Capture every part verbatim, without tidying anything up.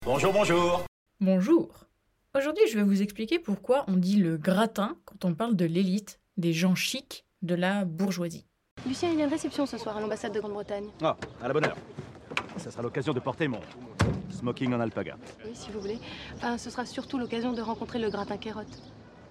Bonjour, bonjour. Bonjour. Aujourd'hui, je vais vous expliquer pourquoi on dit le gratin quand on parle de l'élite, des gens chics, de la bourgeoisie. Lucien, il y a une réception ce soir à l'ambassade de Grande-Bretagne. Ah, à la bonne heure. Ça sera l'occasion de porter mon smoking en alpaga. Oui, si vous voulez. Enfin, ce sera surtout l'occasion de rencontrer le gratin Kérotte.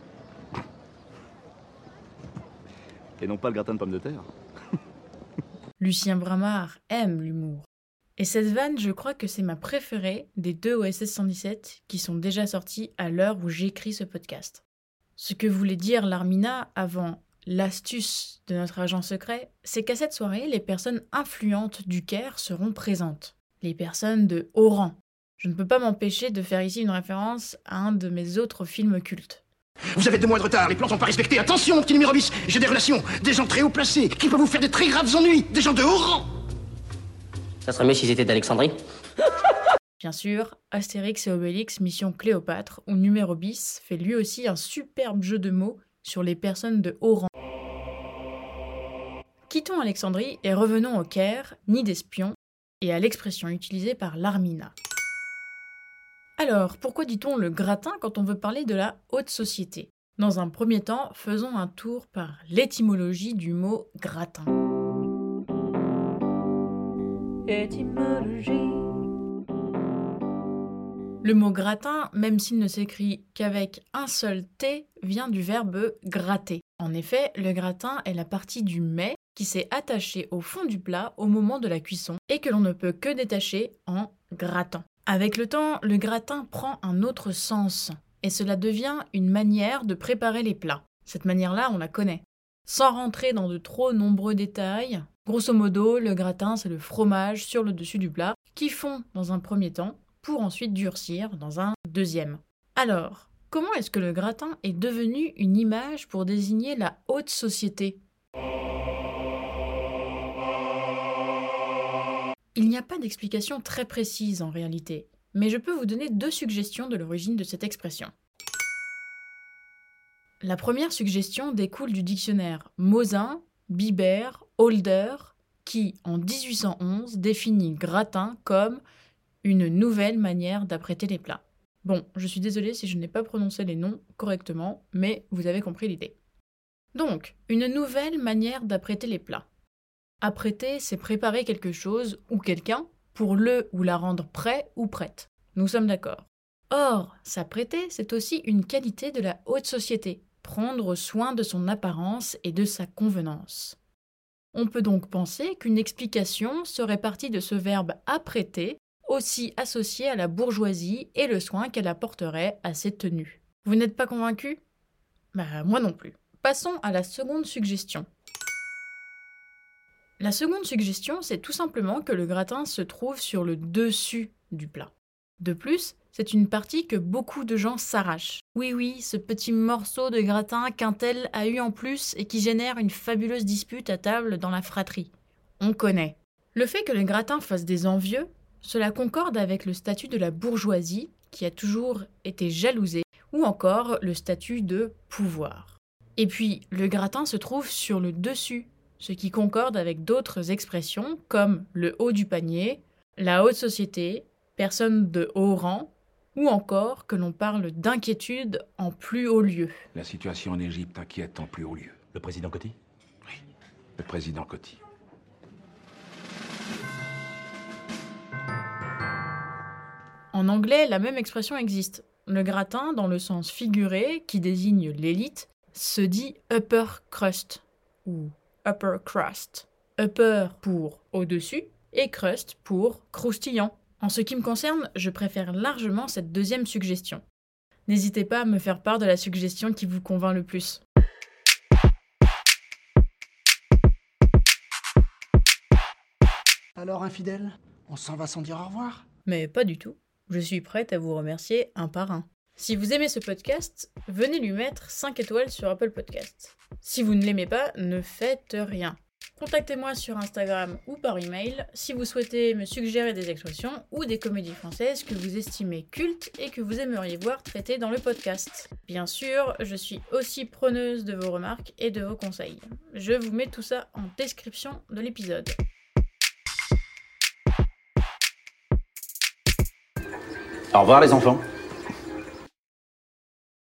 Et non pas le gratin de pommes de terre. Lucien Bramard aime l'humour. Et cette vanne, je crois que c'est ma préférée des deux O S S cent dix-sept qui sont déjà sortis à l'heure où j'écris ce podcast. Ce que voulait dire l'Armina avant l'astuce de notre agent secret, c'est qu'à cette soirée, les personnes influentes du Caire seront présentes. Les personnes de haut rang. Je ne peux pas m'empêcher de faire ici une référence à un de mes autres films cultes. Vous avez deux mois de retard, les plans sont pas respectés. Attention, mon petit numéro bis, j'ai des relations, des gens très haut placés, qui peuvent vous faire des très graves ennuis, des gens de haut rang. Ça serait mieux s'ils étaient d'Alexandrie. Bien sûr, Astérix et Obélix Mission Cléopâtre, où numéro bis fait lui aussi un superbe jeu de mots sur les personnes de haut rang. Quittons Alexandrie et revenons au Caire, nid d'espions, et à l'expression utilisée par l'Armina. Alors, pourquoi dit-on le gratin quand on veut parler de la haute société ? Dans un premier temps, faisons un tour par l'étymologie du mot gratin. Étymologie. Le mot gratin, même s'il ne s'écrit qu'avec un seul T, vient du verbe gratter. En effet, le gratin est la partie du mets qui s'est attachée au fond du plat au moment de la cuisson et que l'on ne peut que détacher en grattant. Avec le temps, le gratin prend un autre sens et cela devient une manière de préparer les plats. Cette manière-là, on la connaît. Sans rentrer dans de trop nombreux détails, grosso modo, le gratin, c'est le fromage sur le dessus du plat qui fond dans un premier temps pour ensuite durcir dans un deuxième. Alors, comment est-ce que le gratin est devenu une image pour désigner la haute société ? Il n'y a pas d'explication très précise en réalité, mais je peux vous donner deux suggestions de l'origine de cette expression. La première suggestion découle du dictionnaire Mosin, Bibert, Holder, qui, en dix-huit cent onze, définit gratin comme une nouvelle manière d'apprêter les plats. Bon, je suis désolée si je n'ai pas prononcé les noms correctement, mais vous avez compris l'idée. Donc, une nouvelle manière d'apprêter les plats. Apprêter, c'est préparer quelque chose ou quelqu'un pour le ou la rendre prêt ou prête. Nous sommes d'accord. Or, s'apprêter, c'est aussi une qualité de la haute société, prendre soin de son apparence et de sa convenance. On peut donc penser qu'une explication serait partie de ce verbe apprêter, aussi associé à la bourgeoisie et le soin qu'elle apporterait à ses tenues. Vous n'êtes pas convaincu ? Bah, moi non plus. Passons à la seconde suggestion. La seconde suggestion, c'est tout simplement que le gratin se trouve sur le dessus du plat. De plus, c'est une partie que beaucoup de gens s'arrachent. Oui, oui, ce petit morceau de gratin qu'un tel a eu en plus et qui génère une fabuleuse dispute à table dans la fratrie. On connaît. Le fait que le gratin fasse des envieux, cela concorde avec le statut de la bourgeoisie, qui a toujours été jalousée, ou encore le statut de pouvoir. Et puis, le gratin se trouve sur le dessus, ce qui concorde avec d'autres expressions comme le haut du panier, la haute société, personne de haut rang, ou encore que l'on parle d'inquiétude en plus haut lieu. La situation en Égypte inquiète en plus haut lieu. Le président Coty ? Oui, le président Coty. En anglais, la même expression existe. Le gratin, dans le sens figuré, qui désigne l'élite, se dit upper crust, ou upper crust. Upper pour au-dessus, et crust pour croustillant. En ce qui me concerne, je préfère largement cette deuxième suggestion. N'hésitez pas à me faire part de la suggestion qui vous convainc le plus. Alors, infidèle, on s'en va sans dire au revoir ? Mais pas du tout. Je suis prête à vous remercier un par un. Si vous aimez ce podcast, venez lui mettre cinq étoiles sur Apple Podcasts. Si vous ne l'aimez pas, ne faites rien. Contactez-moi sur Instagram ou par email si vous souhaitez me suggérer des expressions ou des comédies françaises que vous estimez cultes et que vous aimeriez voir traitées dans le podcast. Bien sûr, je suis aussi preneuse de vos remarques et de vos conseils. Je vous mets tout ça en description de l'épisode. Au revoir les enfants.